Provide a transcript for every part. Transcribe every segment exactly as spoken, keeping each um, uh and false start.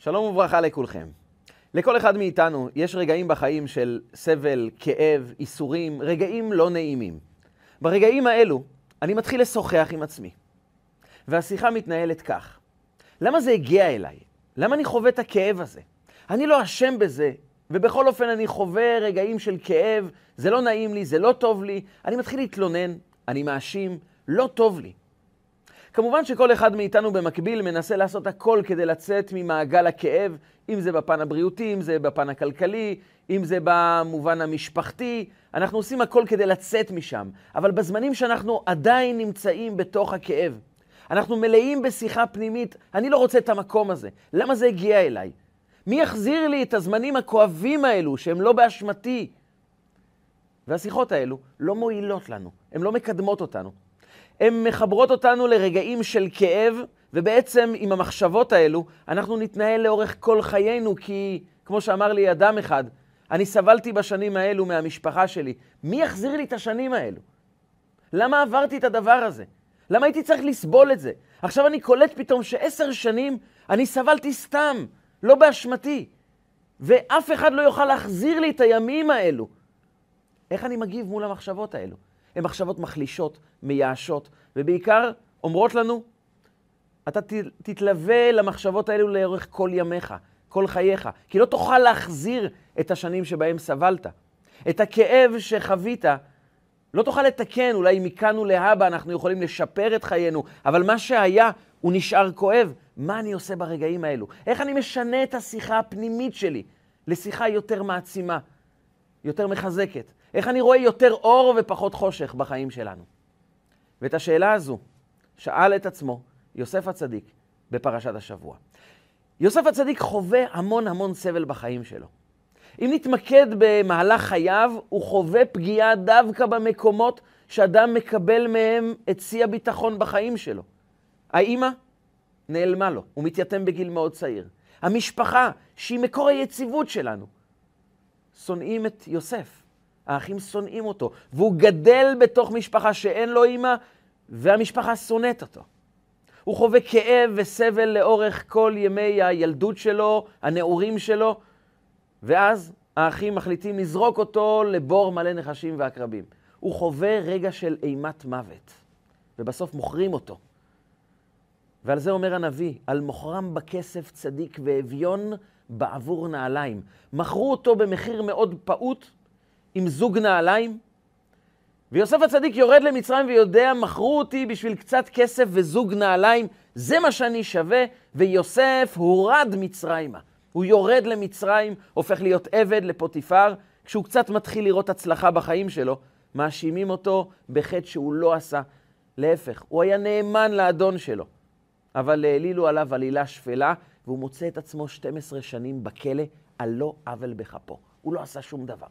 שלום וברכה לכולכם. לכל אחד מאיתנו יש רגעים בחיים של סבל, כאב, איסורים, רגעים לא נעימים. ברגעים האלו אני מתחיל לשוחח עם עצמי. והשיחה מתנהלת כך. למה זה הגיע אליי? למה אני חווה את הכאב הזה? אני לא אשם בזה, ובכל אופן אני חווה רגעים של כאב, זה לא נעים לי, זה לא טוב לי. אני מתחיל להתלונן, אני מאשים, לא טוב לי. כמובן שכל אחד מאיתנו במקביל מנסה לעשות הכל כדי לצאת ממעגל הכאב, אם זה בפן הבריאותי, אם זה בפן הכלכלי, אם זה במובן המשפחתי. אנחנו עושים הכל כדי לצאת משם. אבל בזמנים שאנחנו עדיין נמצאים בתוך הכאב, אנחנו מלאים בשיחה פנימית, אני לא רוצה את המקום הזה. למה זה הגיע אליי? מי יחזיר לי את הזמנים הכואבים האלו שהם לא באשמתי? והשיחות האלו לא מועילות לנו, הן לא מקדמות אותנו. הן מחברות אותנו לרגעים של כאב, ובעצם עם המחשבות האלו אנחנו נתנהל לאורך כל חיינו, כי כמו שאמר לי אדם אחד, אני סבלתי בשנים האלו מהמשפחה שלי. מי יחזיר לי את השנים האלו? למה עברתי את הדבר הזה? למה הייתי צריך לסבול את זה? עכשיו אני קולט פתאום שעשר שנים אני סבלתי סתם, לא באשמתי, ואף אחד לא יוכל להחזיר לי את הימים האלו. איך אני מגיב מול המחשבות האלו? הן מחשבות מחלישות, מייאשות, ובעיקר אומרות לנו, אתה תתלווה למחשבות האלו לאורך כל ימיך, כל חייך, כי לא תוכל להחזיר את השנים שבהם סבלת. את הכאב שחווית, לא תוכל לתקן, אולי מכאן ולהבא אנחנו יכולים לשפר את חיינו, אבל מה שהיה הוא נשאר כואב. מה אני עושה ברגעים האלו? איך אני משנה את השיחה הפנימית שלי לשיחה יותר מעצימה, יותר מחזקת? איך אני רואה יותר אור ופחות חושך בחיים שלנו? ואת השאלה הזו שאל את עצמו יוסף הצדיק בפרשת השבוע. יוסף הצדיק חווה המון המון סבל בחיים שלו. אם נתמקד במהלך חייו, הוא חווה פגיעה דווקא במקומות שאדם מקבל מהם את שיא הביטחון בחיים שלו. האמא נעלמה לו, הוא מתייתם בגיל מאוד צעיר. המשפחה, שהיא מקור היציבות שלנו, שונאים את יוסף. האחים שונאים אותו, והוא גדל בתוך משפחה שאין לו אמא, והמשפחה שונאת אותו. הוא חווה כאב וסבל לאורך כל ימי הילדות שלו, הנעורים שלו, ואז האחים מחליטים לזרוק אותו לבור מלא נחשים ועקרבים. הוא חווה רגע של אימת מוות, ובסוף מוכרים אותו. ועל זה אומר הנביא, על מוכרם בכסף צדיק ואביון בעבור נעליים. מכרו אותו במחיר מאוד פעוט, עם זוג נעליים, ויוסף הצדיק יורד למצרים ויודע, מכרו אותי בשביל קצת כסף וזוג נעליים, זה מה שאני שווה, ויוסף הורד מצרימה. הוא יורד למצרים, הופך להיות עבד לפוטיפר, כשהוא קצת מתחיל לראות הצלחה בחיים שלו, מאשימים אותו בחטא שהוא לא עשה. להפך, הוא היה נאמן לאדון שלו, אבל העלילו עליו עלילה שפלה, והוא מוצא את עצמו שתים עשרה שנים בכלא על לא עוול בכפו. הוא לא עשה שום דבר.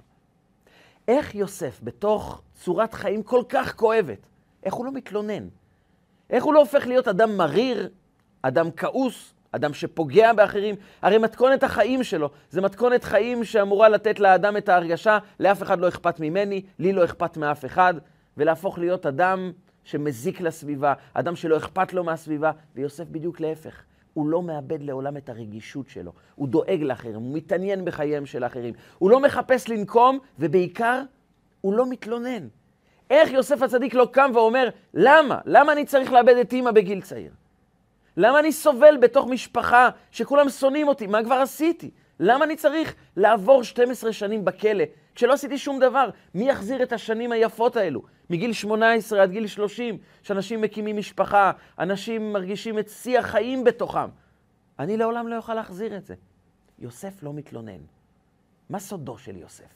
איך יוסף בתוך צורת חיים כל כך כואבת, איך הוא לא מתלונן? איך הוא לא הופך להיות אדם מריר, אדם כעוס, אדם שפוגע באחרים? הרי מתכונת החיים שלו, זה מתכונת חיים שאמורה לתת לאדם את ההרגשה, לאף אחד לא אכפת ממני, לי לא אכפת מאף אחד, ולהפוך להיות אדם שמזיק לסביבה, אדם שלא אכפת לו מהסביבה, ויוסף בדיוק להפך. הוא לא מאבד לעולם את הרגישות שלו. הוא דואג לאחרים, הוא מתעניין בחייהם של האחרים. הוא לא מחפש לנקום, ובעיקר, הוא לא מתלונן. איך יוסף הצדיק לא קם ואומר, למה? למה אני צריך לאבד את אמא בגיל צעיר? למה אני סובל בתוך משפחה שכולם שונאים אותי? מה כבר עשיתי? למה אני צריך לעבור שתים עשרה שנים בכלא, כשלא עשיתי שום דבר? מי יחזיר את השנים היפות האלו? מגיל שמונה עשרה עד גיל שלושים, שאנשים מקימים משפחה, אנשים מרגישים את שיא החיים בתוכם. אני לעולם לא אוכל להחזיר את זה. יוסף לא מתלונן. מה סודו של יוסף?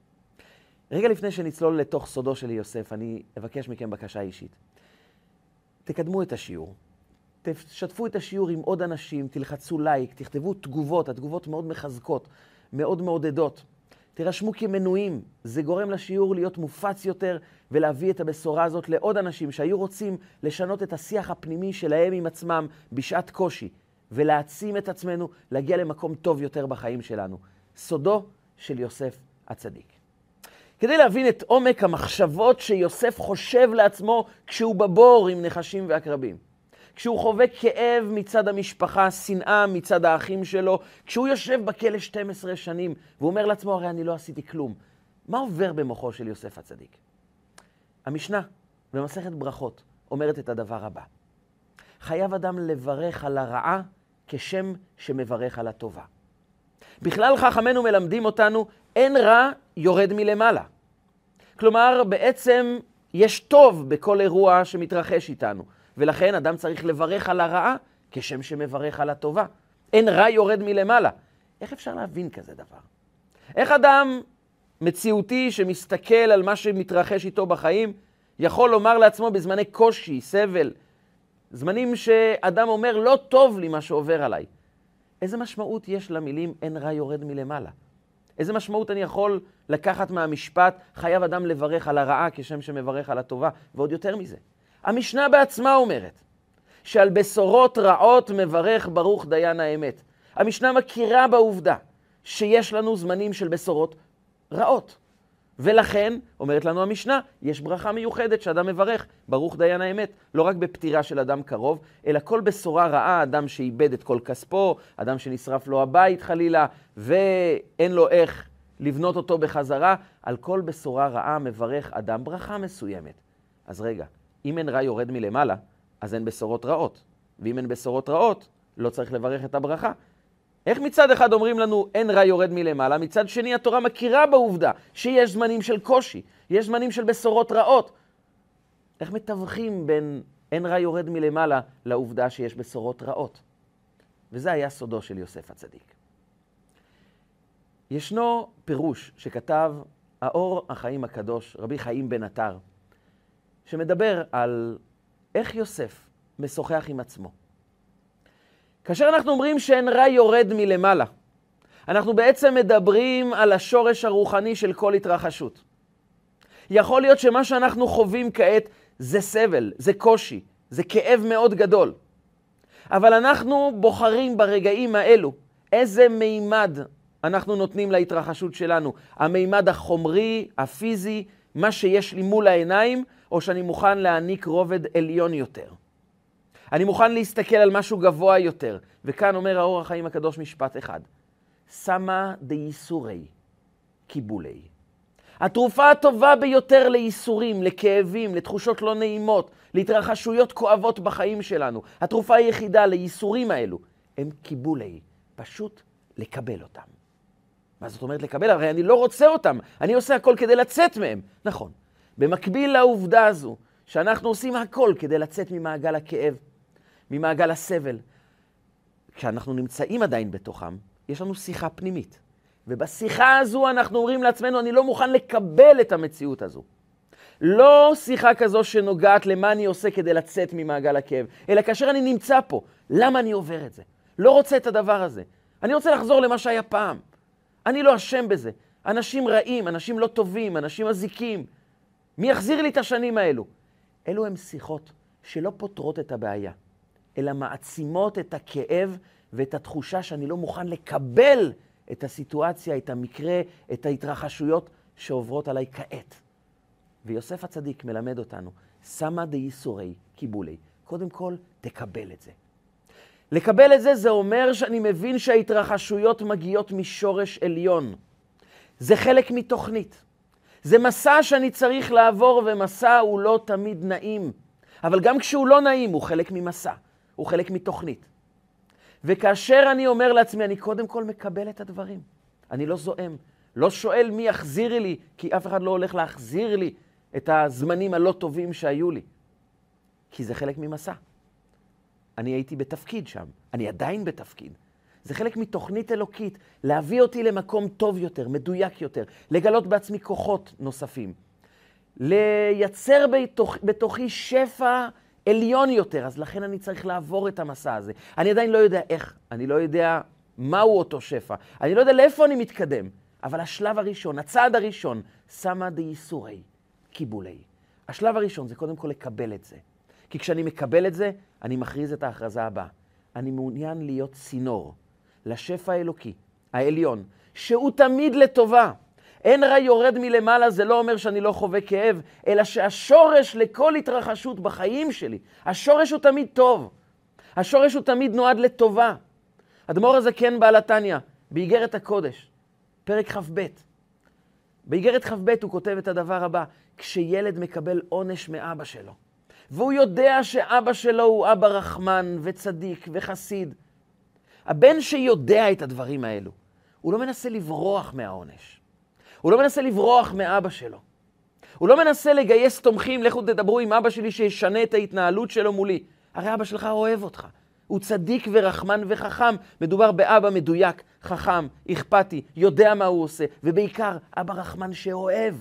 רגע לפני שנצלול לתוך סודו של יוסף, אני אבקש מכם בקשה אישית. תקדמו את השיעור. תשתפו את השיעור עם עוד אנשים, תלחצו לייק, תכתבו תגובות, התגובות מאוד מחזקות, מאוד מעודדות. תירשמו כמנויים, זה גורם לשיעור להיות מופץ יותר ולהביא את הבשורה הזאת לעוד אנשים שהיו רוצים לשנות את השיח הפנימי שלהם עם עצמם בשעת קושי ולהעצים את עצמנו להגיע למקום טוב יותר בחיים שלנו. סודו של יוסף הצדיק. כדי להבין את עומק המחשבות שיוסף חושב לעצמו כשהוא בבור עם נחשים ועקרבים. כשהוא חווה כאב מצד המשפחה, שנאה מצד האחים שלו, כשהוא יושב בכלא שתים עשרה שנים, והוא אומר לעצמו, הרי אני לא עשיתי כלום. מה עובר במוחו של יוסף הצדיק? המשנה במסכת ברכות אומרת את הדבר הבא. חייב אדם לברך על הרעה כשם שמברך על הטובה. בכלל חכמינו מלמדים אותנו, אין רע יורד מלמעלה. כלומר, בעצם יש טוב בכל אירוע שמתרחש איתנו, ולכן אדם צריך לברך על הרעה כשם שמברך על הטובה. אין רע יורד מלמעלה. איך אפשר להבין כזה דבר? איך אדם מציאותי שמסתכל על מה שמתרחש איתו בחיים, יכול לומר לעצמו בזמני קושי, סבל, זמנים שאדם אומר לא טוב לי מה שעובר עליי. איזה משמעות יש למילים אין רע יורד מלמעלה? איזה משמעות אני יכול לקחת מהמשפט חייב אדם לברך על הרעה כשם שמברך על הטובה? ועוד יותר מזה, המשנה בעצמה אומרת שעל בשורות רעות מברך ברוך דיין האמת. המשנה מכירה בעובדה שיש לנו זמנים של בשורות רעות. ולכן, אומרת לנו המשנה, יש ברכה מיוחדת שאדם מברך, ברוך דיין האמת, לא רק בפטירה של אדם קרוב, אלא כל בשורה רעה, אדם שאיבד את כל כספו, אדם שנשרף לו הבית חלילה, ואין לו איך לבנות אותו בחזרה, על כל בשורה רעה מברך אדם ברכה מסוימת. אז רגע, אם אין רע יורד מלמעלה, אז אין בשורות רעות. ואם אין בשורות רעות, לא צריך לברך את הברכה. איך מצד אחד אומרים לנו אין רע יורד מלמעלה, מצד שני התורה מכירה בעובדה שיש זמנים של קושי, יש זמנים של בשורות רעות. איך מתווכים בין אין רע יורד מלמעלה לעובדה שיש בשורות רעות? וזה היה סודו של יוסף הצדיק. ישנו פירוש שכתב האור החיים הקדוש, רבי חיים בן עטר, שמדבר על איך יוסף משוחח עם עצמו. כאשר אנחנו אומרים שאין רע יורד מלמעלה, אנחנו בעצם מדברים על השורש הרוחני של כל התרחשות. יכול להיות שמה שאנחנו חווים כעת זה סבל, זה קושי, זה כאב מאוד גדול. אבל אנחנו בוחרים ברגעים האלו איזה מימד אנחנו נותנים להתרחשות שלנו. המימד החומרי, הפיזי, מה שיש לי מול העיניים, או שאני מוכן להעניק רובד עליון יותר. אני מוכן להסתכל על משהו גבוה יותר. וכאן אומר האור החיים הקדוש משפט אחד. סמה דייסורי קיבולי. התרופה הטובה ביותר לייסורים, לכאבים, לתחושות לא נעימות, להתרחשויות כואבות בחיים שלנו. התרופה היחידה לייסורים האלו הם קיבולי. פשוט לקבל אותם. מה זאת אומרת לקבל? הרי אני לא רוצה אותם. אני עושה הכל כדי לצאת מהם. נכון. במקביל לעובדה הזו, שאנחנו עושים הכל כדי לצאת ממעגל הכאב, ממעגל הסבל. כשאנחנו נמצאים עדיין בתוכם, יש לנו שיחה פנימית. ובשיחה הזו אנחנו אומרים לעצמנו, אני לא מוכן לקבל את המציאות הזו. לא שיחה כזו שנוגעת למה אני עושה כדי לצאת ממעגל הכאב, אלא כאשר אני נמצא פה, למה אני עובר את זה? לא רוצה את הדבר הזה. אני רוצה לחזור למה שהיה פעם. אני לא אשם בזה. אנשים רעים, אנשים לא טובים, אנשים מזיקים. מי יחזיר לי את השנים האלו? אלו הם שיחות שלא פותרות את הבעיה, אלא מעצימות את הכאב ואת התחושה שאני לא מוכן לקבל את הסיטואציה, את המקרה, את ההתרחשויות שעוברות עליי כעת. ויוסף הצדיק מלמד אותנו, סמה דייסורי קיבולי. קודם כל, תקבל את זה. לקבל את זה, זה אומר שאני מבין שההתרחשויות מגיעות משורש עליון. זה חלק מתוכנית. זה מסע שאני צריך לעבור, ומסע הוא לא תמיד נעים. אבל גם כשהוא לא נעים, הוא חלק ממסע. הוא חלק מתוכנית. וכאשר אני אומר לעצמי, אני קודם כל מקבל את הדברים. אני לא זועם. לא שואל מי יחזיר לי, כי אף אחד לא הולך להחזיר לי את הזמנים הלא טובים שהיו לי. כי זה חלק ממסע. אני הייתי בתפקיד שם. אני עדיין בתפקיד. זה חלק מתוכנית אלוקית, להביא אותי למקום טוב יותר, מדויק יותר, לגלות בעצמי כוחות נוספים, לייצר בתוך, בתוכי שפע עליון יותר, אז לכן אני צריך לעבור את המסע הזה. אני עדיין לא יודע איך, אני לא יודע מהו אותו שפע, אני לא יודע לאיפה אני מתקדם, אבל השלב הראשון, הצעד הראשון, סמה דייסורי קיבולי. השלב הראשון זה קודם כל לקבל את זה. כי כשאני מקבל את זה, אני מכריז את ההכרזה הבאה. אני מעוניין להיות צינור לשפע האלוקי, העליון, שהוא תמיד לטובה. אין רע יורד מלמעלה, זה לא אומר שאני לא חווה כאב, אלא שהשורש לכל התרחשות בחיים שלי, השורש הוא תמיד טוב. השורש הוא תמיד נועד לטובה. אדמו"ר הזקן בעל התניא, באיגרת הקודש, פרק כ"ב. באיגרת כ"ב הוא כותב את הדבר הבא, כשילד מקבל עונש מאבא שלו, והוא יודע שאבא שלו הוא אבא רחמן וצדיק וחסיד, הבן שיודע את הדברים האלו, הוא לא מנסה לברוח מהעונש. הוא לא מנסה לברוח מאבא שלו. הוא לא מנסה לגייס תומכים, לכו תדברו עם אבא שלי שישנה את ההתנהלות שלו מולי. הרי אבא שלך אוהב אותך. הוא צדיק ורחמן וחכם. מדובר באבא מדויק, חכם, אכפתי, יודע מה הוא עושה, ובעיקר אבא רחמן שאוהב.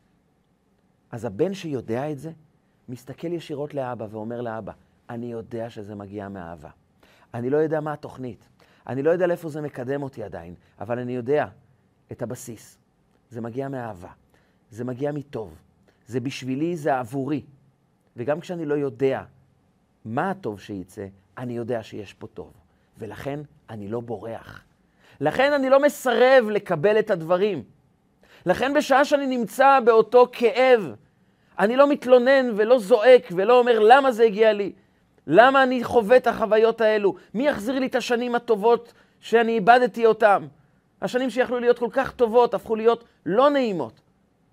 אז הבן שיודע את זה, מסתכל ישירות לאבא ואומר לאבא, אני יודע שזה מגיע מאהבה. אני לא יודע מה התוכנית. אני לא יודע לאיפה זה מקדם אותי עדיין, אבל אני יודע את הבסיס. זה מגיע מאהבה. זה מגיע מטוב. זה בשבילי, זה עבורי. וגם כשאני לא יודע מה הטוב שייצא, אני יודע שיש פה טוב. ולכן אני לא בורח. לכן אני לא מסרב לקבל את הדברים. לכן בשעה שאני נמצא באותו כאב, אני לא מתלונן ולא זועק ולא אומר למה זה הגיע לי. למה אני חווה את החוויות האלו? מי יחזיר לי את השנים הטובות שאני איבדתי אותם? השנים שיכלו להיות כל כך טובות, הפכו להיות לא נעימות.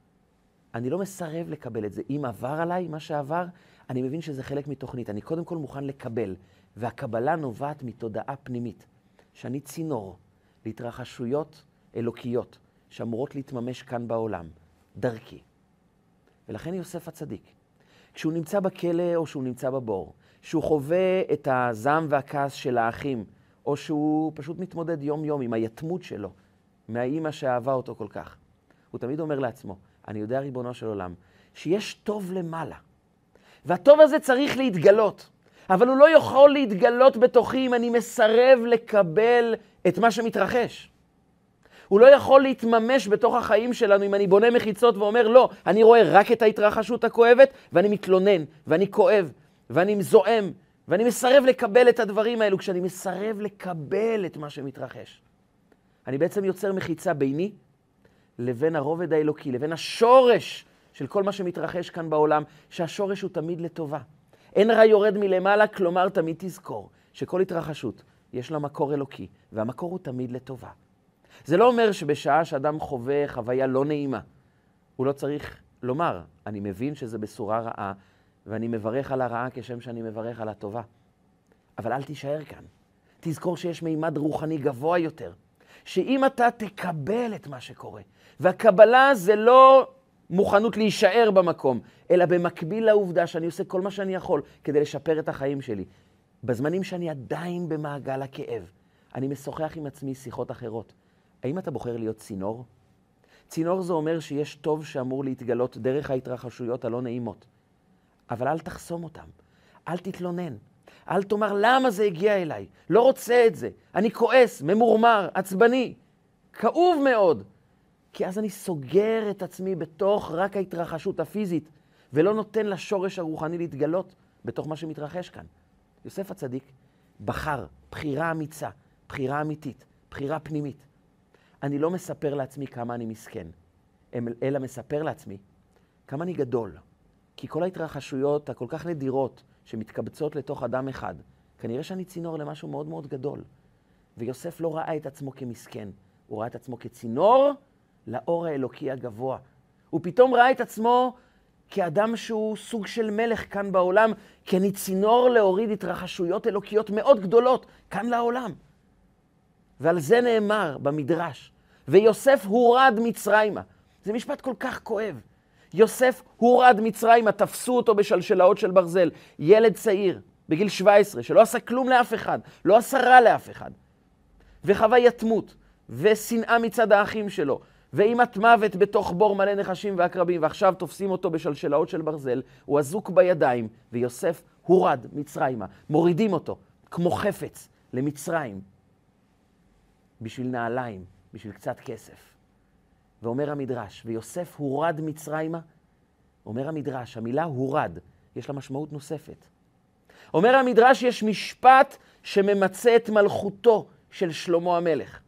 אני לא מסרב לקבל את זה. אם עבר עליי מה שעבר, אני מבין שזה חלק מתוכנית. אני קודם כל מוכן לקבל, והקבלה נובעת מתודעה פנימית, שאני צינור להתרחשויות אלוקיות, שאמורות להתממש כאן בעולם, דרכי. ולכן יוסף הצדיק, כשהוא נמצא בכלא או שהוא נמצא בבור, שהוא חווה את הזעם והכעס של האחים, או שהוא פשוט מתמודד יום יום עם היתמות שלו, מהאימא שאהבה אותו כל כך. הוא תמיד אומר לעצמו, אני יודע ריבונו של עולם, שיש טוב למעלה. והטוב הזה צריך להתגלות, אבל הוא לא יכול להתגלות בתוכי אם אני מסרב לקבל את מה שמתרחש. הוא לא יכול להתממש בתוך החיים שלנו אם אני בונה מחיצות ואומר, לא, אני רואה רק את ההתרחשות הכואבת, ואני מתלונן, ואני כואב, ואני זועם, ואני מסרב לקבל את הדברים האלו. כשאני מסרב לקבל את מה שמתרחש, אני בעצם יוצר מחיצה ביני לבין הרובד האלוקי, לבין השורש של כל מה שמתרחש כאן בעולם, שהשורש הוא תמיד לטובה. אין רע יורד מלמעלה, כלומר תמיד תזכור שכל התרחשות יש לה מקור אלוקי, והמקור הוא תמיד לטובה. זה לא אומר שבשעה שאדם חווה חוויה לא נעימה, הוא לא צריך לומר, אני מבין שזה בסורה רעה, ואני מברך על הרעה כשם שאני מברך על הטובה. אבל אל תישאר כאן. תזכור שיש מימד רוחני גבוה יותר, שאם אתה תקבל את מה שקורה, והקבלה זה לא מוכנות להישאר במקום, אלא במקביל לעובדה שאני עושה כל מה שאני יכול כדי לשפר את החיים שלי. בזמנים שאני עדיין במעגל הכאב, אני משוחח עם עצמי שיחות אחרות. האם אתה בוחר להיות צינור? צינור זה אומר שיש טוב שאמור להתגלות דרך ההתרחשויות הלא נעימות. אבל אל תחסום אותם, אל תתלונן, אל תאמר למה זה הגיע אליי, לא רוצה את זה, אני כועס, ממורמר, עצבני, כאוב מאוד. כי אז אני סוגר את עצמי בתוך רק ההתרחשות הפיזית, ולא נותן לשורש הרוחני להתגלות בתוך מה שמתרחש כאן. יוסף הצדיק בחר בחירה אמיצה, בחירה אמיתית, בחירה פנימית. אני לא מספר לעצמי כמה אני מסכן, אלא מספר לעצמי כמה אני גדול. כי כל ההתרחשויות הכל כך נדירות שמתקבצות לתוך אדם אחד, כנראה שאני צינור למשהו מאוד מאוד גדול. ויוסף לא ראה את עצמו כמסכן, הוא ראה את עצמו כצינור לאור האלוקי הגבוה. הוא פתאום ראה את עצמו כאדם שהוא סוג של מלך כאן בעולם, כי אני צינור להוריד התרחשויות אלוקיות מאוד גדולות כאן לעולם. ועל זה נאמר במדרש, ויוסף הורד מצרימה. זה משפט כל כך כואב. יוסף הורד מצרימה, תפסו אותו בשלשלאות של ברזל. ילד צעיר, בגיל שבע עשרה, שלא עשה כלום לאף אחד, לא עשה רע לאף אחד. וחווה יתמות, ושנאה מצד האחים שלו, ואימת מוות בתוך בור מלא נחשים ועקרבים, ועכשיו תופסים אותו בשלשלאות של ברזל, הוא אזוק בידיים, ויוסף הורד מצרימה. מורידים אותו כמו חפץ למצרים, בשביל נעליים, בשביל קצת כסף. ואומר המדרש, ויוסף הורד מצרימה, אומר המדרש, המילה הורד, יש לה משמעות נוספת. אומר המדרש, יש משפט שממצא את מלכותו של שלמה המלך.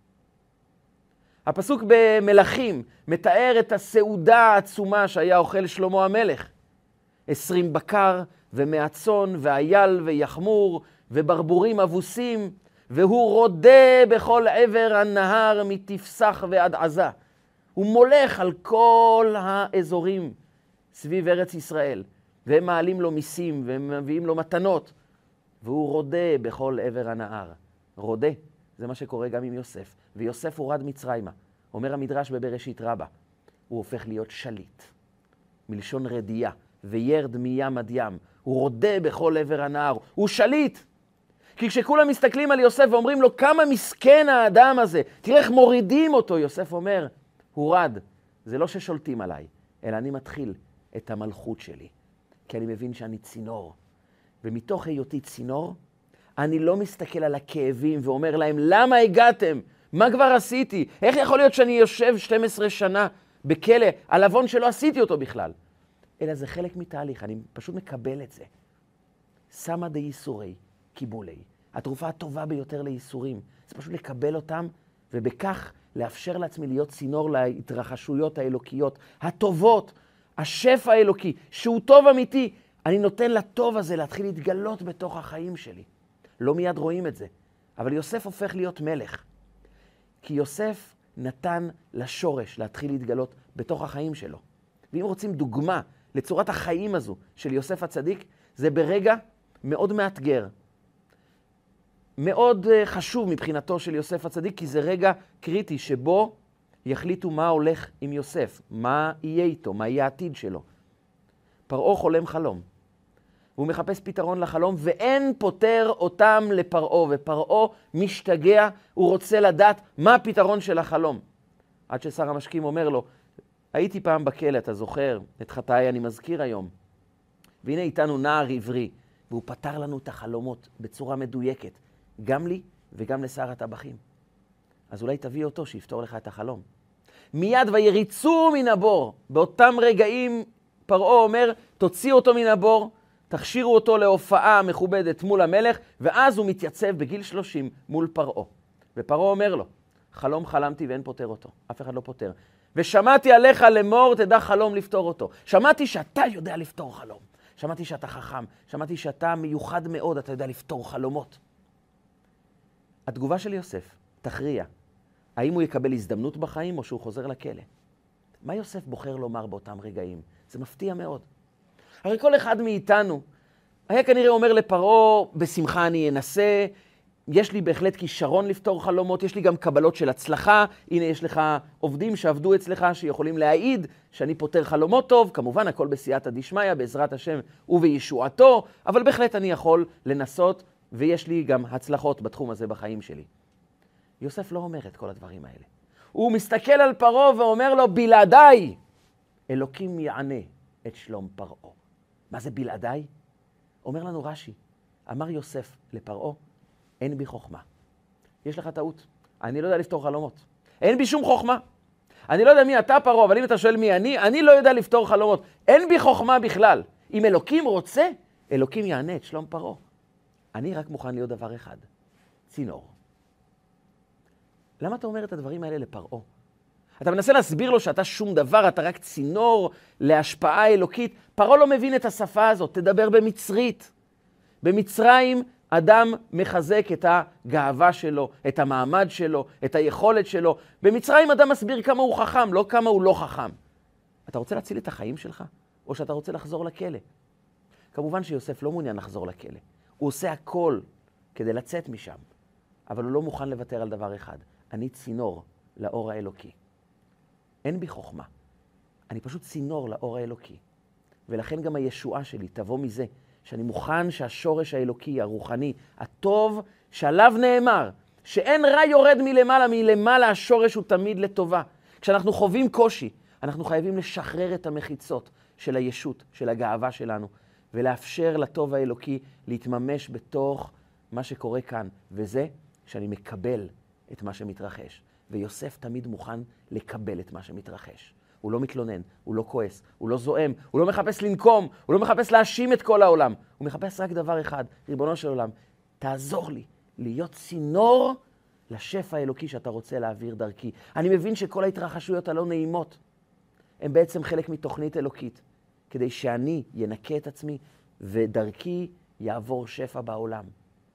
הפסוק במלכים מתאר את הסעודה העצומה שהיה אוכל שלמה המלך. עשרים בקר ומאה צאן ואייל ויחמור וברבורים אבוסים, והוא רודה בכל עבר הנהר מתפסח ועד עזה. הוא מולך על כל האזורים סביב ארץ ישראל, והם מעלים לו מיסים, והם מביאים לו מתנות, והוא רודה בכל עבר הנהר. רודה, זה מה שקורה גם עם יוסף. ויוסף הורד מצרימה. אומר המדרש בבראשית רבה, הוא הופך להיות שליט. מלשון רדייה, וירד מים עד ים. הוא רודה בכל עבר הנהר. הוא שליט. כי כשכולם מסתכלים על יוסף ואומרים לו, כמה מסכן האדם הזה, תראה איך מורידים אותו, יוסף אומר, הורד. זה לא ששולטים עליי, אלא אני מתחיל את המלכות שלי. כי אני מבין שאני צינור. ומתוך היותי צינור, אני לא מסתכל על הכאבים ואומר להם, למה הגעתם? מה כבר עשיתי? איך יכול להיות שאני יושב שתים עשרה שנה בכלא, על עוון שלא עשיתי אותו בכלל? אלא זה חלק מתהליך, אני פשוט מקבל את זה. שמה די ייסורי, קיבולי. התרופה הטובה ביותר לייסורים, זה פשוט לקבל אותם, ובכך לאפשר לעצמי להיות צינור להתרחשויות האלוקיות, הטובות, השפע האלוקי, שהוא טוב אמיתי. אני נותן לטוב הזה להתחיל להתגלות בתוך החיים שלי. לא מיד רואים את זה, אבל יוסף הופך להיות מלך. כי יוסף נתן לשורש להתחיל להתגלות בתוך החיים שלו. ואם רוצים דוגמה לצורת החיים הזו של יוסף הצדיק, זה ברגע מאוד מאתגר. מאוד חשוב מבחינתו של יוסף הצדיק, כי זה רגע קריטי שבו יחליטו מה הולך עם יוסף, מה יהיה איתו, מה יהיה העתיד שלו. פרעה חולם חלום. והוא מחפש פתרון לחלום, ואין פותר אותם לפרעה, ופרעה משתגע, הוא רוצה לדעת מה הפתרון של החלום. עד ששר המשקים אומר לו, הייתי פעם בכלא, אתה זוכר, את חטאי אני מזכיר היום. והנה איתנו נער עברי, והוא פתר לנו את החלומות בצורה מדויקת, גם לי וגם לשר הטבחים. אז אולי תביא אותו שיפתור לך את החלום. מיד ויריצו מן הבור, באותם רגעים פרעה אומר, תוציאו אותו מן הבור, תכשירו אותו להופעה מכובדת מול המלך, ואז הוא מתייצב בגיל שלושים מול פרעה. ופרעה אומר לו, חלום חלמתי ואין פותר אותו, אף אחד לא פותר. ושמעתי עליך לאמור, תדע חלום לפתור אותו. שמעתי שאתה יודע לפתור חלום. שמעתי שאתה חכם, שמעתי שאתה מיוחד מאוד, אתה יודע לפתור חלומות. התגובה של יוסף תכריע, האם הוא יקבל הזדמנות בחיים או שהוא חוזר לכלא. מה יוסף בוחר לומר באותם רגעים? זה מפתיע מאוד. הרי כל אחד מאיתנו היה כנראה אומר לפרעה, בשמחה אני אנסה, יש לי בהחלט כישרון לפתור חלומות, יש לי גם קבלות של הצלחה, הנה יש לך עובדים שעבדו אצלך שיכולים להעיד שאני פותר חלומות טוב, כמובן הכל בסייעתא דשמיא, בעזרת השם ובישועתו, אבל בהחלט אני יכול לנסות ויש לי גם הצלחות בתחום הזה בחיים שלי. יוסף לא אומר את כל הדברים האלה. הוא מסתכל על פרעה ואומר לו, בלעדיי, אלוקים יענה את שלום פרעה. מה זה בלעדיי? אומר לנו רש"י, אמר יוסף לפרעה, אין בי חוכמה. יש לך טעות. אני לא יודע לפתור חלומות. אין בי שום חוכמה. אני לא יודע מי אתה פרעה, אבל אם אתה שואל מי אני, אני לא יודע לפתור חלומות. אין בי חוכמה בכלל. אם אלוקים רוצה, אלוקים יענה את שלום פרעה. אני רק מוכן להיות דבר אחד, צינור. למה אתה אומר את הדברים האלה לפרעה? אתה מנסה להסביר לו שאתה שום דבר, אתה רק צינור להשפעה אלוקית. פרעה לא מבין את השפה הזאת, תדבר במצרית. במצרים אדם מחזק את הגאווה שלו, את המעמד שלו, את היכולת שלו. במצרים אדם מסביר כמה הוא חכם, לא כמה הוא לא חכם. אתה רוצה להציל את החיים שלך? או שאתה רוצה לחזור לכלא? כמובן שיוסף לא מעוניין לחזור לכלא. הוא עושה הכל כדי לצאת משם. אבל הוא לא מוכן לוותר על דבר אחד. אני צינור לאור האלוקי. אין בי חוכמה. אני פשוט צינור לאור האלוקי. ולכן גם הישועה שלי תבוא מזה שאני מוכן שהשורש האלוקי, הרוחני, הטוב, שעליו נאמר, שאין רע יורד מלמעלה, מלמעלה השורש הוא תמיד לטובה. כשאנחנו חווים קושי, אנחנו חייבים לשחרר את המחיצות של הישות, של הגאווה שלנו, ולאפשר לטוב האלוקי להתממש בתוך מה שקורה כאן. וזה שאני מקבל את מה שמתרחש. ויוסף תמיד מוכן לקבל את מה שמתרחש. הוא לא מתלונן, הוא לא כועס, הוא לא זועם, הוא לא מחפש לנקום, הוא לא מחפש להאשים את כל העולם. הוא מחפש רק דבר אחד, ריבונו של עולם, תעזור לי להיות צינור לשפע האלוקי שאתה רוצה להעביר דרכי. אני מבין שכל ההתרחשויות הלא נעימות הן בעצם חלק מתוכנית אלוקית, כדי שאני ינקה את עצמי ודרכי יעבור שפע בעולם.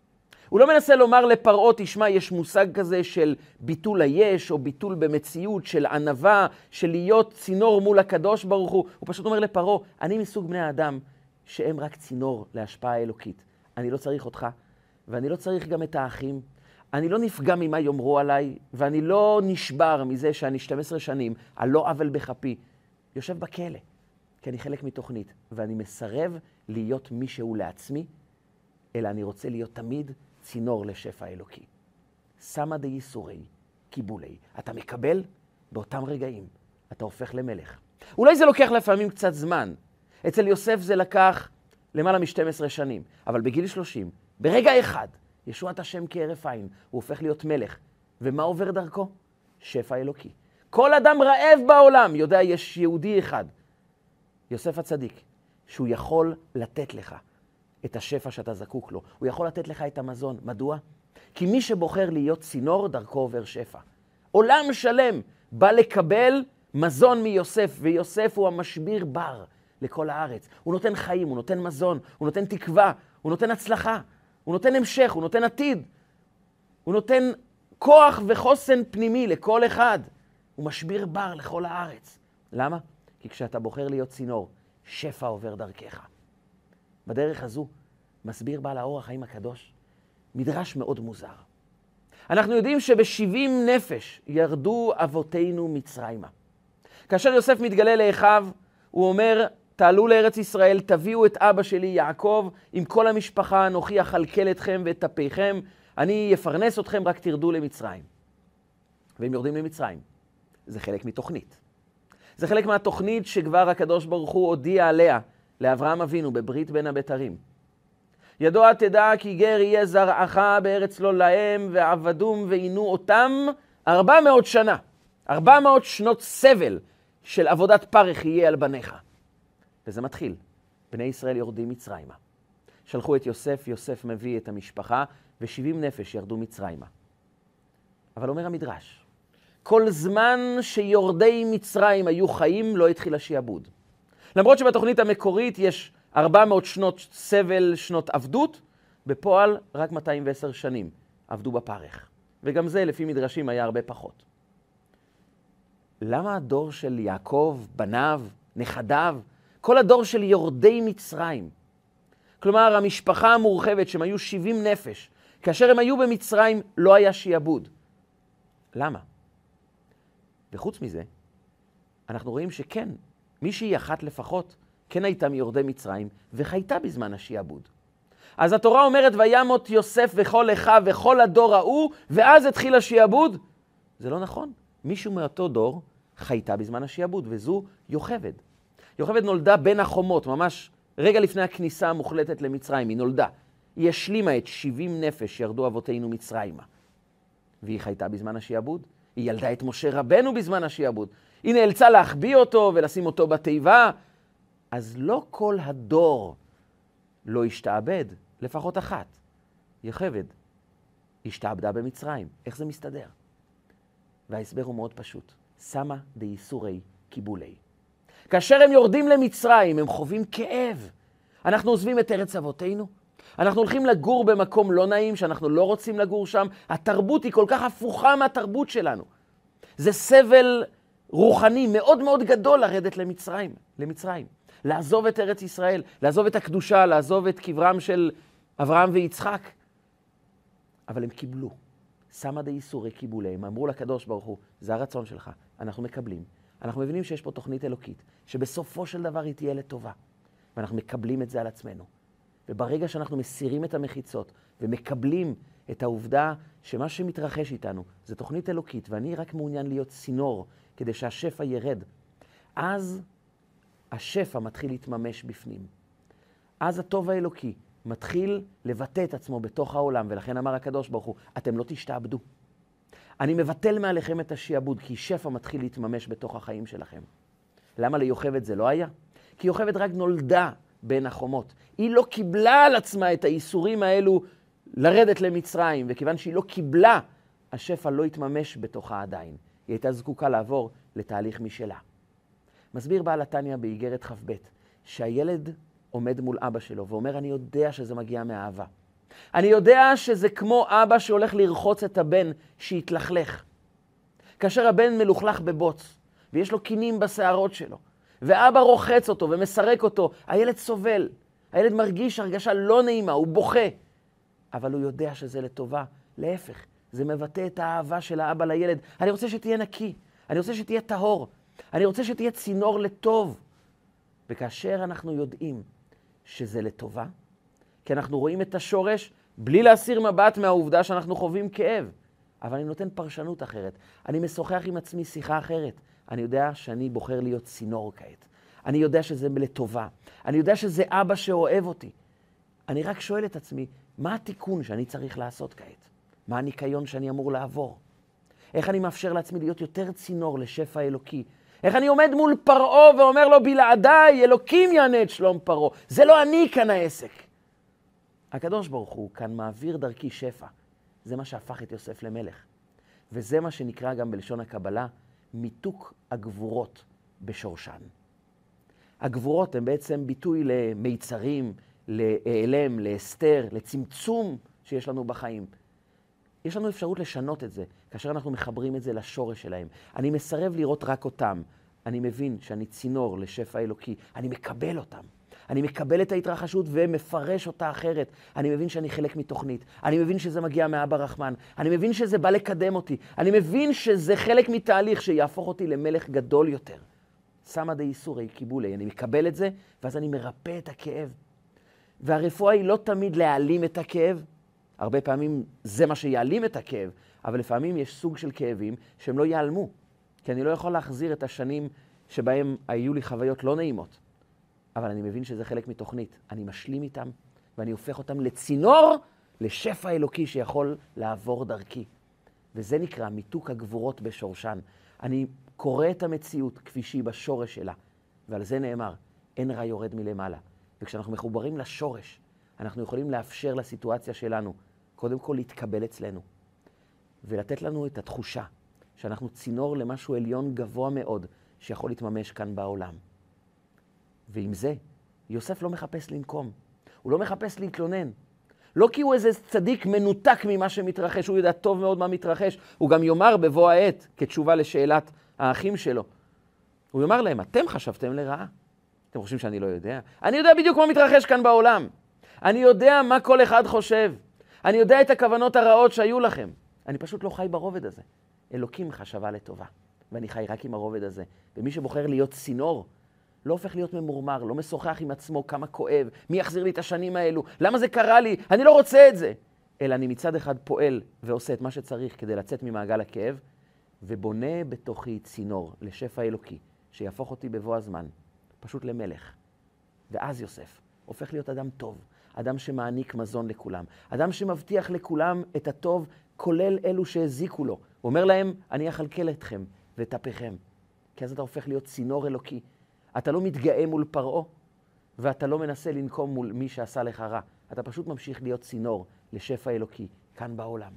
הוא לא מנסה לומר לפרעה, תשמע, יש מושג כזה של ביטול היש, או ביטול במציאות, של ענווה, של להיות צינור מול הקדוש ברוך הוא. הוא פשוט אומר לפרעה, אני מסוג בני האדם שהם רק צינור להשפעה האלוקית. אני לא צריך אותך, ואני לא צריך גם את האחים. אני לא נפגע ממה יאמרו עליי, ואני לא נשבר מזה שאני שתים עשרה שנים, על לא עוול בכפי, יושב בכלא, כי אני חלק מתוכנית, ואני מסרב להיות מישהו לעצמי, אלא אני רוצה להיות תמיד צינור לשפע אלוקי. סמא דייסורי, קיבולי. אתה מקבל באותם רגעים, אתה הופך למלך. אולי זה לוקח לפעמים קצת זמן. אצל יוסף זה לקח למעלה מ-שתים עשרה שנים, אבל בגיל שלושים, ברגע אחד, ישועת השם כהרף עין, הוא הופך להיות מלך. ומה עובר דרכו? שפע אלוקי. כל אדם רעב בעולם יודע, יש יהודי אחד, יוסף הצדיק, שהוא יכול לתת לך את השפע שאתה זקוק לו. הוא יכול לתת לך את המזון. מדוע? כי מי שבוחר להיות צינור, דרכו עובר שפע. עולם שלם בא לקבל מזון מיוסף, ויוסף הוא המשביר בר לכל הארץ. הוא נותן חיים, הוא נותן מזון, הוא נותן תקווה, הוא נותן הצלחה, הוא נותן המשך, הוא נותן עתיד. הוא נותן כוח וחוסן פנימי לכל אחד. הוא משביר בר לכל הארץ. למה? כי כשאתה בוחר להיות צינור, שפע עובר דרכך. בדרך הזו מסביר בעל האור החיים הקדוש מדרש מאוד מוזר. אנחנו יודעים שבשבעים נפש ירדו אבותינו מצרימה. כאשר יוסף מתגלה לאחיו, הוא אומר, תעלו לארץ ישראל, תביאו את אבא שלי יעקב, עם כל המשפחה, אנוכי אכלכל אתכם ואת טפיכם, אני אפרנס אתכם, רק תרדו למצרים. והם יורדים למצרים. זה חלק מתוכנית. זה חלק מהתוכנית שכבר הקדוש ברוך הוא הודיע עליה לאברהם אבינו בברית בין הבתרים. ידוע תדע כי גר יהיה זרעך בארץ לא להם, ועבדום ועינו אותם ארבע מאות שנה. ארבע מאות שנות סבל של עבודת פרך יהיה על בניך. וזה מתחיל. בני ישראל יורדים מצרימה. שלחו את יוסף, יוסף מביא את המשפחה, ושבעים נפש ירדו מצרימה. אבל אומר המדרש, כל זמן שיורדי מצרים היו חיים, לא התחיל השיעבוד. למרות שבתוכנית המקורית יש ארבע מאות שנות סבל, שנות עבדות, בפועל רק מאתיים ועשר שנים עבדו בפרך. וגם זה לפי מדרשים היה הרבה פחות. למה הדור של יעקב, בניו, נכדיו, כל הדור של יורדי מצרים, כלומר המשפחה המורחבת שהם היו שבעים נפש, כאשר הם היו במצרים לא היה שיעבוד. למה? וחוץ מזה, אנחנו רואים שכן, מישהי אחת לפחות כן הייתה מיורדי מצרים וחייתה בזמן השיעבוד. אז התורה אומרת, וימות יוסף וכל אחיו וכל הדור ההוא, ואז התחיל השיעבוד. זה לא נכון. מישהו מאותו דור חייתה בזמן השיעבוד, וזו יוכבד. יוכבד נולדה בין החומות, ממש רגע לפני הכניסה המוחלטת למצרים, היא נולדה. היא השלימה את שבעים נפש ירדו אבותינו מצרימה. והיא חייתה בזמן השיעבוד. היא ילדה את משה רבנו בזמן השיעבוד. היא נאלצה להחביא אותו ולשים אותו בתיבה. אז לא כל הדור לא השתעבד, לפחות אחת. יוכבד השתעבדה במצרים. איך זה מסתדר? וההסבר הוא מאוד פשוט. סמא דייסורי קיבולי. כאשר הם יורדים למצרים, הם חווים כאב. אנחנו עוזבים את ארץ אבותינו. אנחנו הולכים לגור במקום לא נעים, שאנחנו לא רוצים לגור שם. התרבות היא כל כך הפוכה מהתרבות שלנו. זה סבל רוחני מאוד מאוד גדול לרדת למצרים, למצרים. לעזוב את ארץ ישראל, לעזוב את הקדושה, לעזוב את קברם של אברהם ויצחק. אבל הם קיבלו. סמא דייסורי קיבולי. הם אמרו לקדוש ברוך הוא, זה הרצון שלך. אנחנו מקבלים. אנחנו מבינים שיש פה תוכנית אלוקית, שבסופו של דבר היא תהיה לטובה. ואנחנו מקבלים את זה על עצמנו. וברגע שאנחנו מסירים את המחיצות ומקבלים את העובדה שמה שמתרחש איתנו זה תוכנית אלוקית, ואני רק מעוניין להיות צינור כדי שהשפע ירד, אז השפע מתחיל להתממש בפנים. אז הטוב האלוקי מתחיל לבטא את עצמו בתוך העולם, ולכן אמר הקדוש ברוך הוא, אתם לא תשתעבדו. אני מבטל מעליכם את השיעבוד, כי שפע מתחיל להתממש בתוך החיים שלכם. למה ליוכבד זה לא היה? כי יוכבד רק נולדה בין החומות. היא לא קיבלה על עצמה את האיסורים האלו לרדת למצרים, וכיוון שהיא לא קיבלה, השפע לא התממש בתוכה עדיין. היא הייתה זקוקה לעבור לתהליך משלה. מסביר בעל התניא באיגרת כ"ב, שהילד עומד מול אבא שלו ואומר, אני יודע שזה מגיע מאהבה. אני יודע שזה כמו אבא שהולך לרחוץ את הבן שהתלכלך. כאשר הבן מלוכלך בבוץ, ויש לו קינים בשערות שלו, ואבא רוחץ אותו ומסרק אותו, הילד סובל. הילד מרגיש הרגשה לא נעימה, הוא בוכה. אבל הוא יודע שזה לטובה. להפך, זה מבטא את האהבה של האבא לילד. אני רוצה שתהיה נקי, אני רוצה שתהיה טהור, אני רוצה שתהיה צינור לטוב. וכאשר אנחנו יודעים שזה לטובה, כי אנחנו רואים את השורש בלי להסיר מבט מהעובדה שאנחנו חווים כאב. אבל אני נותן פרשנות אחרת. אני משוחח עם עצמי שיחה אחרת. אני יודע שאני בוחר להיות צינור כעת. אני יודע שזה לטובה. אני יודע שזה אבא שאוהב אותי. אני רק שואל את עצמי, מה התיקון שאני צריך לעשות כעת? מה הניקיון שאני אמור לעבור? איך אני מאפשר לעצמי להיות יותר צינור לשפע אלוקי? איך אני עומד מול פרעה ואומר לו, בלעדיי, אלוקים יענה את שלום פרעה. זה לא אני כאן העסק. הקדוש ברוך הוא כאן מעביר דרכי שפע. זה מה שהפך את יוסף למלך. וזה מה שנקרא גם בלשון הקבלה, מיתוק הגבורות בשורשן. הגבורות הן בעצם ביטוי למיצרים, להיעלם, להסתר, לצמצום שיש לנו בחיים. יש לנו אפשרות לשנות את זה, כאשר אנחנו מחברים את זה לשורש שלהם. אני מסרב לראות רק אותם. אני מבין שאני צינור לשפע אלוקי. אני מקבל אותם. אני מקבל את ההתרחשות ומפרש אותה אחרת. אני מבין שאני חלק מתוכנית. אני מבין שזה מגיע מאבא רחמן. אני מבין שזה בא לקדם אותי. אני מבין שזה חלק מתהליך שיהפוך אותי למלך גדול יותר. סמא דאיסורי קיבולי. אני מקבל את זה, ואז אני מרפא את הכאב. והרפואה היא לא תמיד להעלים את הכאב. הרבה פעמים זה מה שיעלים את הכאב, אבל לפעמים יש סוג של כאבים שהם לא ייעלמו. כי אני לא יכול להחזיר את השנים שבהם היו לי חוויות לא נעימות. אבל אני מבין שזה חלק מתוכנית. אני משלים איתם, ואני הופך אותם לצינור, לשפע אלוקי שיכול לעבור דרכי. וזה נקרא מיתוק הגבורות בשורשן. אני קורא את המציאות כפי שהיא בשורש שלה, ועל זה נאמר, אין רע יורד מלמעלה. וכשאנחנו מחוברים לשורש, אנחנו יכולים לאפשר לסיטואציה שלנו, קודם כל להתקבל אצלנו, ולתת לנו את התחושה שאנחנו צינור למשהו עליון גבוה מאוד, שיכול להתממש כאן בעולם. ועם זה, יוסף לא מחפש לנקום. הוא לא מחפש להתלונן. לא כי הוא איזה צדיק מנותק ממה שמתרחש, הוא יודע טוב מאוד מה מתרחש. הוא גם יאמר בבוא העת, כתשובה לשאלת האחים שלו. הוא יאמר להם, אתם חשבתם לרעה? אתם חושבים שאני לא יודע? אני יודע בדיוק מה מתרחש כאן בעולם. אני יודע מה כל אחד חושב. אני יודע את הכוונות הרעות שהיו לכם. אני פשוט לא חי ברובד הזה. אלוקים חשבה לטובה. ואני חי רק עם הרובד הזה. ומי שבוחר להיות צינור, לא הופך להיות ממורמר, לא משוחח עם עצמו כמה כואב, מי יחזיר לי את השנים האלו, למה זה קרה לי, אני לא רוצה את זה. אלא אני מצד אחד פועל ועושה את מה שצריך כדי לצאת ממעגל הכאב, ובונה בתוכי צינור לשפע אלוקי, שיהפוך אותי בבוא הזמן, פשוט למלך. ואז יוסף הופך להיות אדם טוב, אדם שמעניק מזון לכולם, אדם שמבטיח לכולם את הטוב, כולל אלו שהזיקו לו. הוא אומר להם, אני אכלכל אתכם וטפכם. כי אז אתה הופך להיות צינור אלוקי. אתה לא מתגאה מול פרעה, ואתה לא מנסה לנקום מול מי שעשה לך רע. אתה פשוט ממשיך להיות צינור לשפע אלוקי, כאן בעולם.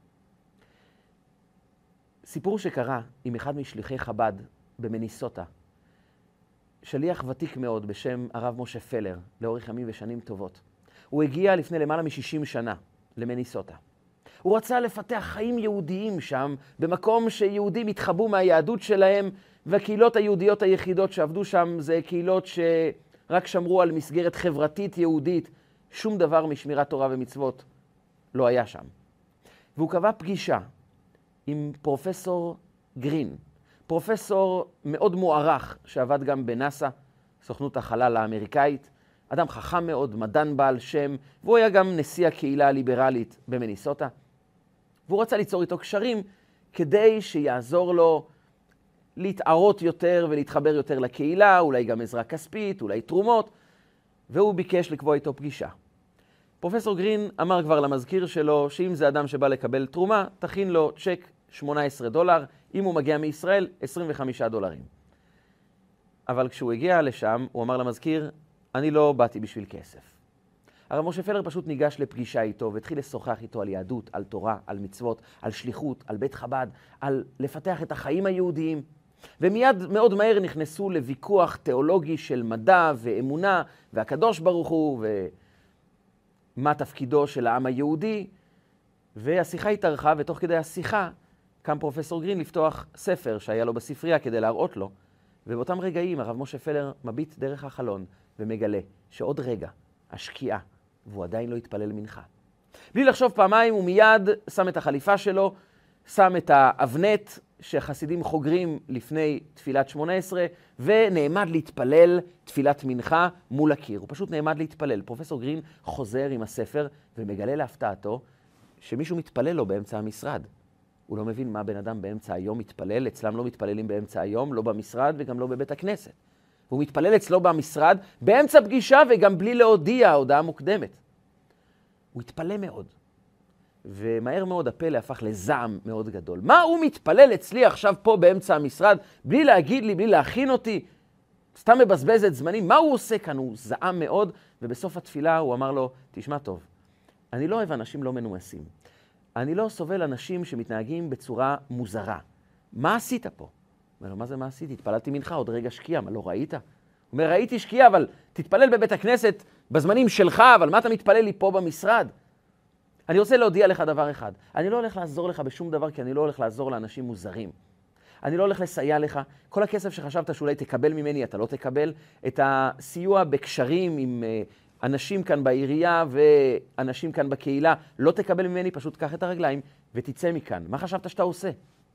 סיפור שקרה עם אחד משליחי חב"ד במניסוטה, שליח ותיק מאוד בשם הרב משה פלר, לאורך ימים ושנים טובות. הוא הגיע לפני למעלה מ-שישים שנה למניסוטה. הוא רצה לפתח חיים יהודיים שם, במקום שיהודים התחבאו מהיהדות שלהם, והקהילות היהודיות היחידות שעבדו שם זה קהילות שרק שמרו על מסגרת חברתית יהודית. שום דבר משמירת תורה ומצוות לא היה שם. והוא קבע פגישה עם פרופסור גרין, פרופסור מאוד מוערך שעבד גם בנאסא, סוכנות החלל האמריקאית, אדם חכם מאוד, מדען בעל שם, והוא היה גם נשיא הקהילה הליברלית במניסוטה. והוא רצה ליצור איתו קשרים כדי שיעזור לו להתערות יותר ולהתחבר יותר לקהילה, אולי גם עזרה כספית, אולי תרומות, והוא ביקש לקבוע איתו פגישה. פרופסור גרין אמר כבר למזכיר שלו שאם זה אדם שבא לקבל תרומה, תכין לו צ'ק שמונה עשרה דולר, אם הוא מגיע מישראל, עשרים וחמישה דולרים. אבל כשהוא הגיע לשם, הוא אמר למזכיר, אני לא באתי בשביל כסף. הרב משה פלר פשוט ניגש לפגישה איתו והתחיל לשוחח איתו על יהדות, על תורה, על מצוות, על שליחות, על בית חב"ד, על לפתח את החיים היהודיים. ומיד מאוד מהר נכנסו לוויכוח תיאולוגי של מדע ואמונה, והקדוש ברוך הוא, מה תפקידו של העם היהודי, והשיחה התארכה, ותוך כדי השיחה קם פרופסור גרין לפתוח ספר שהיה לו בספרייה כדי להראות לו, ובאותם רגעים הרב משה פלר מביט דרך החלון ומגלה שעוד רגע, השקיעה, והוא עדיין לא התפלל מנחה. בלי לחשוב פעמיים הוא מיד שם את החליפה שלו, שם את האבנט שחסידים חוגרים לפני תפילת שמונה עשרה, ונעמד להתפלל תפילת מנחה מול הקיר. הוא פשוט נעמד להתפלל. פרופסור גרין חוזר עם הספר ומגלה להפתעתו שמישהו מתפלל לו באמצע המשרד. הוא לא מבין מה בן אדם באמצע היום מתפלל, אצלם לא מתפללים באמצע היום, לא במשרד וגם לא בבית הכנסת. הוא מתפלל אצלו במשרד באמצע פגישה וגם בלי להודיע הודעה מוקדמת. הוא התפלא מאוד. ומהר מאוד הפלא הפך לזעם מאוד גדול. מה הוא מתפלל אצלי עכשיו פה באמצע המשרד, בלי להגיד לי, בלי להכין אותי, סתם מבזבז את זמני? מה הוא עושה כאן? הוא זעם מאוד, ובסוף התפילה הוא אמר לו, תשמע טוב, אני לא אוהב אנשים לא מנומסים. אני לא סובל אנשים שמתנהגים בצורה מוזרה. מה עשית פה? הוא אומר לו, מה זה מה עשיתי? התפללתי מנחה, עוד רגע שקיעה, מה לא ראית? הוא אומר, ראיתי שקיעה, אבל תתפלל בבית הכנסת בזמנים שלך, אבל מה אתה מתפלל לי פה במשרד? אני רוצה להודיע לך דבר אחד. אני לא הולך לעזור לך בשום דבר, כי אני לא הולך לעזור לאנשים מוזרים. אני לא הולך לסייע לך. כל הכסף שחשבת שאולי תקבל ממני, אתה לא תקבל. את הסיוע בקשרים עם אנשים כאן בעירייה ואנשים כאן בקהילה, לא תקבל ממני, פשוט קח את הרגליים ותצא מכאן. מה חשבת שאתה עושה?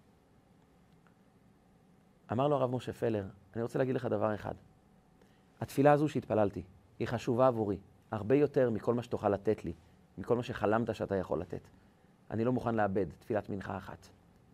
אמר לו הרב משה פלר, אני רוצה להגיד לך דבר אחד. התפילה הזו שהתפללתי, היא חשובה עבורי, הרבה יותר מכל מה שתוכל לתת לי. מכל מה שחלמת שאתה יכול לתת. אני לא מוכן לאבד תפילת מנחה אחת.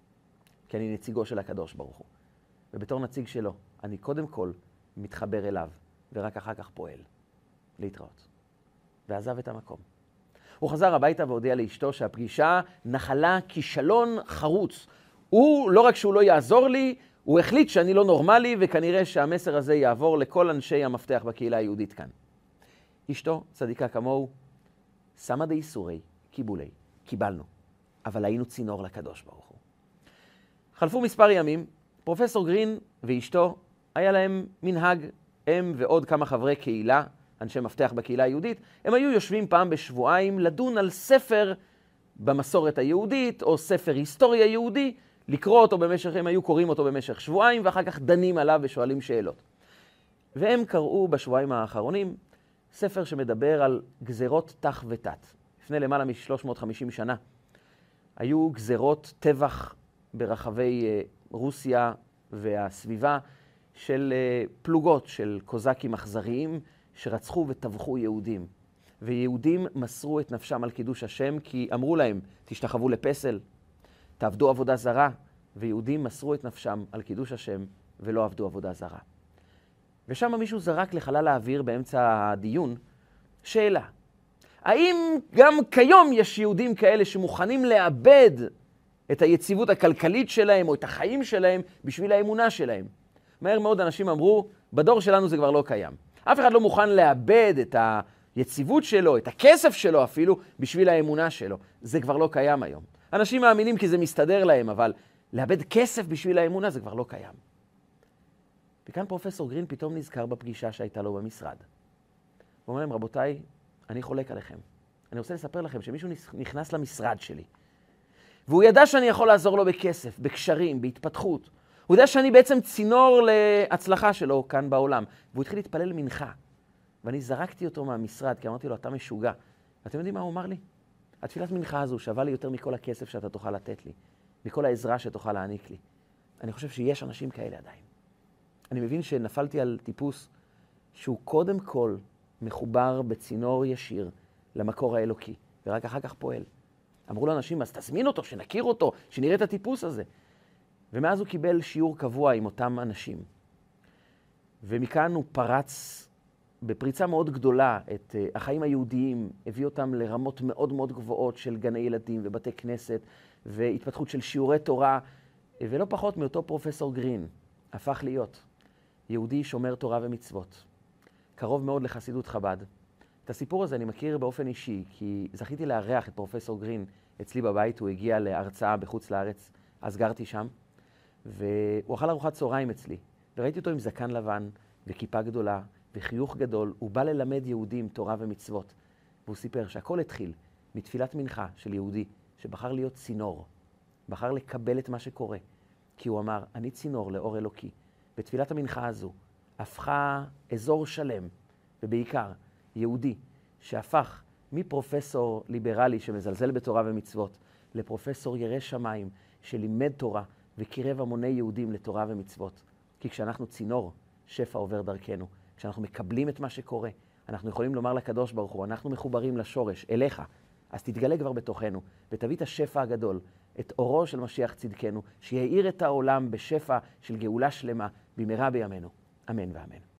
כי אני נציגו של הקדוש ברוך הוא. ובתור נציג שלו, אני קודם כל מתחבר אליו, ורק אחר כך פועל. להתראות. ועזב את המקום. הוא חזר הביתה והודיע לאשתו שהפגישה נחלה כישלון חרוץ. הוא, לא רק שהוא לא יעזור לי, הוא החליט שאני לא נורמלי, וכנראה שהמסר הזה יעבור לכל אנשי המפתח בקהילה היהודית כאן. אשתו, צדיקה כמוהו, סמא דאיסורי, קיבולי, קיבלנו, אבל היינו צינור לקדוש ברוך הוא. חלפו מספר ימים, פרופסור גרין ואשתו, היה להם מנהג, הם ועוד כמה חברי קהילה, אנשי מפתח בקהילה היהודית, הם היו יושבים פעם בשבועיים לדון על ספר במסורת היהודית, או ספר היסטוריה יהודי, לקרוא אותו במשך, הם היו קוראים אותו במשך שבועיים, ואחר כך דנים עליו ושואלים שאלות. והם קראו בשבועיים האחרונים, ספר שמדבר על גזרות תח ותת. לפני למעלה מ-שלוש מאות וחמישים שנה היו גזרות טבח ברחבי רוסיה והסביבה של פלוגות של קוזקים אכזריים שרצחו וטבחו יהודים. ויהודים מסרו את נפשם על קידוש השם כי אמרו להם, תשתחוו לפסל, תעבדו עבודה זרה, ויהודים מסרו את נפשם על קידוש השם ולא עבדו עבודה זרה. ושם מישהו זרק לחלל האוויר באמצע הדיון שאלה. האם גם כיום יש יהודים כאלה שמוכנים לאבד את היציבות הכלכלית שלהם או את החיים שלהם בשביל האמונה שלהם? מהר מאוד אנשים אמרו, בדור שלנו זה כבר לא קיים. אף אחד לא מוכן לאבד את היציבות שלו, את הכסף שלו אפילו, בשביל האמונה שלו. זה כבר לא קיים היום. אנשים מאמינים כי זה מסתדר להם, אבל לאבד כסף בשביל האמונה זה כבר לא קיים. וכאן פרופסור גרין פתאום נזכר בפגישה שהייתה לו במשרד. הוא אומר להם, רבותיי, אני חולק עליכם. אני רוצה לספר לכם שמישהו נכנס למשרד שלי, והוא ידע שאני יכול לעזור לו בכסף, בקשרים, בהתפתחות. הוא יודע שאני בעצם צינור להצלחה שלו כאן בעולם. והוא התחיל להתפלל מנחה. ואני זרקתי אותו מהמשרד, כי אמרתי לו, אתה משוגע. ואתם יודעים מה הוא אמר לי? התפילת מנחה הזו שווה לי יותר מכל הכסף שאתה תוכל לתת לי, מכל העזרה שתוכל להעניק לי. אני חושב שיש אנשים כאלה עדיין. אני מבין שנפלתי על טיפוס שהוא קודם כל מחובר בצינור ישיר למקור האלוקי, ורק אחר כך פועל. אמרו לאנשים, אז תזמין אותו, שנכיר אותו, שנראה את הטיפוס הזה. ומאז הוא קיבל שיעור קבוע עם אותם אנשים. ומכאן הוא פרץ בפריצה מאוד גדולה את החיים היהודיים, הביא אותם לרמות מאוד מאוד גבוהות של גני ילדים ובתי כנסת, והתפתחות של שיעורי תורה, ולא פחות מאותו פרופסור גרין, הפך להיות יהודי שומר תורה ומצוות. קרוב מאוד לחסידות חב"ד. את הסיפור הזה אני מכיר באופן אישי, כי זכיתי לארח את פרופסור גרין אצלי בבית, הוא הגיע להרצאה בחוץ לארץ, אז גרתי שם, והוא אכל ארוחת צהריים אצלי, וראיתי אותו עם זקן לבן וכיפה גדולה וחיוך גדול, הוא בא ללמד יהודים תורה ומצוות. והוא סיפר שהכל התחיל מתפילת מנחה של יהודי שבחר להיות צינור, בחר לקבל את מה שקורה, כי הוא אמר, אני צינור לאור אלוקי. בתפילת המנחה הזו הפכה אזור שלם, ובעיקר יהודי, שהפך מפרופסור ליברלי שמזלזל בתורה ומצוות, לפרופסור ירא שמיים שלימד תורה וקירב המוני יהודים לתורה ומצוות. כי כשאנחנו צינור, שפע עובר דרכנו. כשאנחנו מקבלים את מה שקורה, אנחנו יכולים לומר לקדוש ברוך הוא, אנחנו מחוברים לשורש, אליך, אז תתגלה כבר בתוכנו, ותביא את השפע הגדול, את אורו של משיח צדקנו, שיאיר את העולם בשפע של גאולה שלמה, במהרה בימינו. אמן ואמן.